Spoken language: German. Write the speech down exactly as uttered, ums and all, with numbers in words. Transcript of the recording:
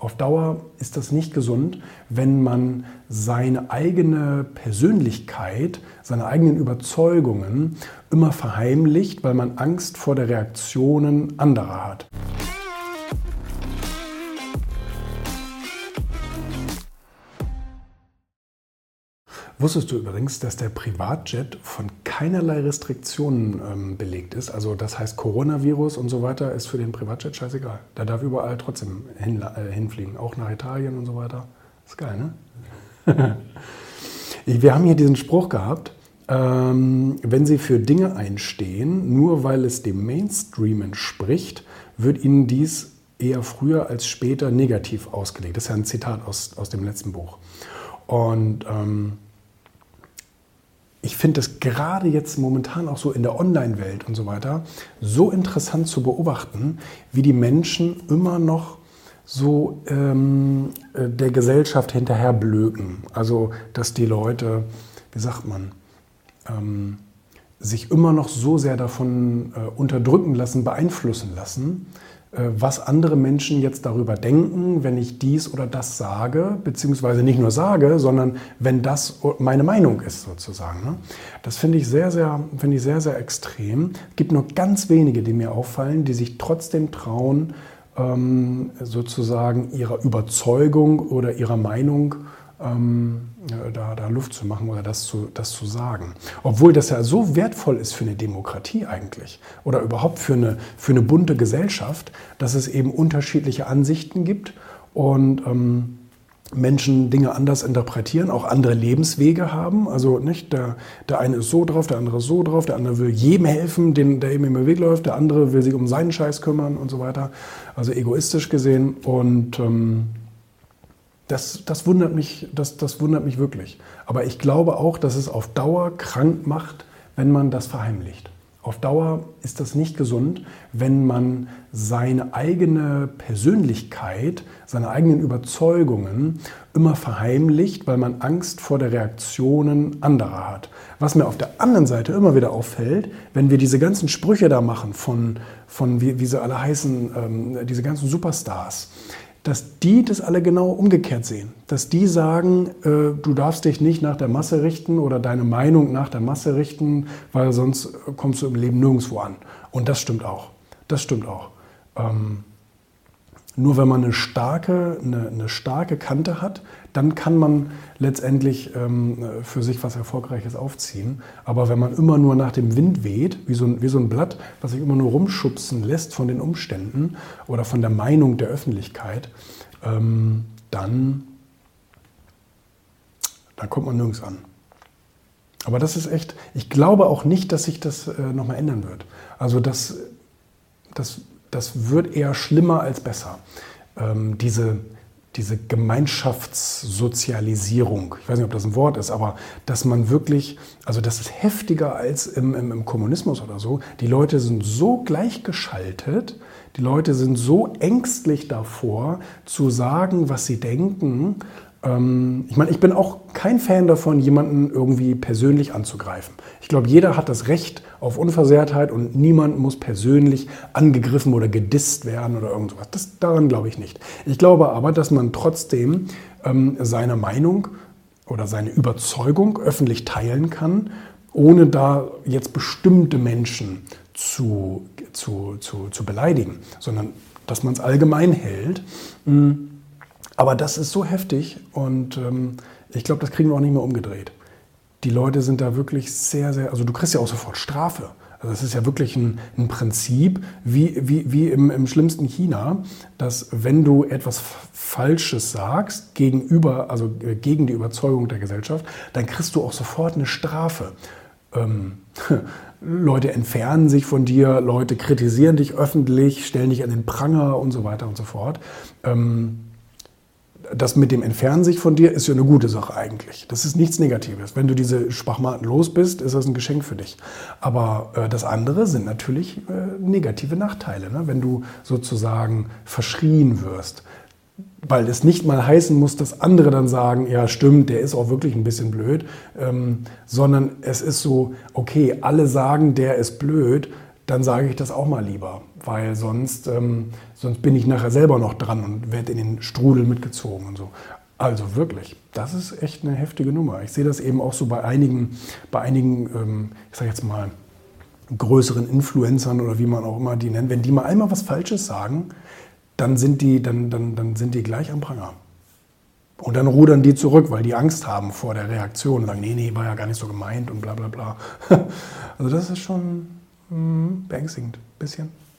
Auf Dauer ist das nicht gesund, wenn man seine eigene Persönlichkeit, seine eigenen Überzeugungen immer verheimlicht, weil man Angst vor der Reaktionen anderer hat. Wusstest du übrigens, dass der Privatjet von keinerlei Restriktionen ähm, belegt ist? Also das heißt, Coronavirus und so weiter ist für den Privatjet scheißegal. Der darf überall trotzdem hin, äh, hinfliegen, auch nach Italien und so weiter. Ist geil, ne? Wir haben hier diesen Spruch gehabt, ähm, wenn Sie für Dinge einstehen, nur weil es dem Mainstream entspricht, wird Ihnen dies eher früher als später negativ ausgelegt. Das ist ja ein Zitat aus, aus dem letzten Buch. Und ähm, ich finde es gerade jetzt momentan auch so in der Online-Welt und so weiter so interessant zu beobachten, wie die Menschen immer noch so ähm, der Gesellschaft hinterherblöken. Also, dass die Leute, wie sagt man, ähm, sich immer noch so sehr davon äh, unterdrücken lassen, beeinflussen lassen, was andere Menschen jetzt darüber denken, wenn ich dies oder das sage, beziehungsweise nicht nur sage, sondern wenn das meine Meinung ist sozusagen. Das finde ich sehr, sehr, finde ich sehr, sehr extrem. Es gibt nur ganz wenige, die mir auffallen, die sich trotzdem trauen, sozusagen ihrer Überzeugung oder ihrer Meinung Da, da Luft zu machen oder das zu, das zu sagen. Obwohl das ja so wertvoll ist für eine Demokratie eigentlich oder überhaupt für eine, für eine bunte Gesellschaft, dass es eben unterschiedliche Ansichten gibt und ähm, Menschen Dinge anders interpretieren, auch andere Lebenswege haben. Also nicht, der, der eine ist so drauf, der andere ist so drauf, der andere will jedem helfen, den, der ihm im Weg läuft, der andere will sich um seinen Scheiß kümmern und so weiter. Also egoistisch gesehen und ähm, Das, das, wundert mich, das, das wundert mich wirklich. Aber ich glaube auch, dass es auf Dauer krank macht, wenn man das verheimlicht. Auf Dauer ist das nicht gesund, wenn man seine eigene Persönlichkeit, seine eigenen Überzeugungen immer verheimlicht, weil man Angst vor der Reaktionen anderer hat. Was mir auf der anderen Seite immer wieder auffällt, wenn wir diese ganzen Sprüche da machen von, von wie, wie sie alle heißen, ähm, diese ganzen Superstars, dass die das alle genau umgekehrt sehen. Dass die sagen, äh, du darfst dich nicht nach der Masse richten oder deine Meinung nach der Masse richten, weil sonst kommst du im Leben nirgendwo an. Und das stimmt auch. Das stimmt auch. Ähm, nur wenn man eine starke, eine, eine starke Kante hat, dann kann man letztendlich ähm, für sich was Erfolgreiches aufziehen. Aber wenn man immer nur nach dem Wind weht, wie so, ein, wie so ein Blatt, was sich immer nur rumschubsen lässt von den Umständen oder von der Meinung der Öffentlichkeit, ähm, dann, dann kommt man nirgends an. Aber das ist echt, ich glaube auch nicht, dass sich das äh, nochmal ändern wird. Also das, das, das wird eher schlimmer als besser. Ähm, diese diese Gemeinschaftssozialisierung, ich weiß nicht, ob das ein Wort ist, aber dass man wirklich, also das ist heftiger als im, im, im Kommunismus oder so. Die Leute sind so gleichgeschaltet, die Leute sind so ängstlich davor, zu sagen, was sie denken. Ähm, ich meine, ich bin auch kein Fan davon, jemanden irgendwie persönlich anzugreifen. Ich glaube, jeder hat das Recht auf Unversehrtheit und niemand muss persönlich angegriffen oder gedisst werden oder irgendwas. Das, daran glaube ich nicht. Ich glaube aber, dass man trotzdem ähm, seine Meinung oder seine Überzeugung öffentlich teilen kann, ohne da jetzt bestimmte Menschen zu, zu, zu, zu beleidigen, sondern dass man es allgemein hält. Aber das ist so heftig und ähm, ich glaube, das kriegen wir auch nicht mehr umgedreht. Die Leute sind da wirklich sehr, sehr, also du kriegst ja auch sofort Strafe. Also das ist ja wirklich ein, ein Prinzip, wie, wie, wie im, im schlimmsten China, dass wenn du etwas Falsches sagst gegenüber, also gegen die Überzeugung der Gesellschaft, dann kriegst du auch sofort eine Strafe. Ähm, Leute entfernen sich von dir, Leute kritisieren dich öffentlich, stellen dich an den Pranger und so weiter und so fort. Ähm, Das mit dem Entfernen sich von dir ist ja eine gute Sache eigentlich. Das ist nichts Negatives. Wenn du diese Schwachmaten los bist, ist das ein Geschenk für dich. Aber äh, das andere sind natürlich äh, negative Nachteile, ne? Wenn du sozusagen verschrien wirst. Weil es nicht mal heißen muss, dass andere dann sagen, ja stimmt, der ist auch wirklich ein bisschen blöd. Ähm, sondern es ist so, okay, alle sagen, der ist blöd. dann sage ich das auch mal lieber, weil sonst, ähm, sonst bin ich nachher selber noch dran und werde in den Strudel mitgezogen und so. Also wirklich, das ist echt eine heftige Nummer. Ich sehe das eben auch so bei einigen, bei einigen, ähm, ich sage jetzt mal, größeren Influencern oder wie man auch immer die nennt. Wenn die mal einmal was Falsches sagen, dann sind die, dann, dann, dann sind die gleich am Pranger. Und dann rudern die zurück, weil die Angst haben vor der Reaktion und sagen, nee, nee, war ja gar nicht so gemeint und bla bla bla. Also das ist schon mh, beängstigend, ein bisschen.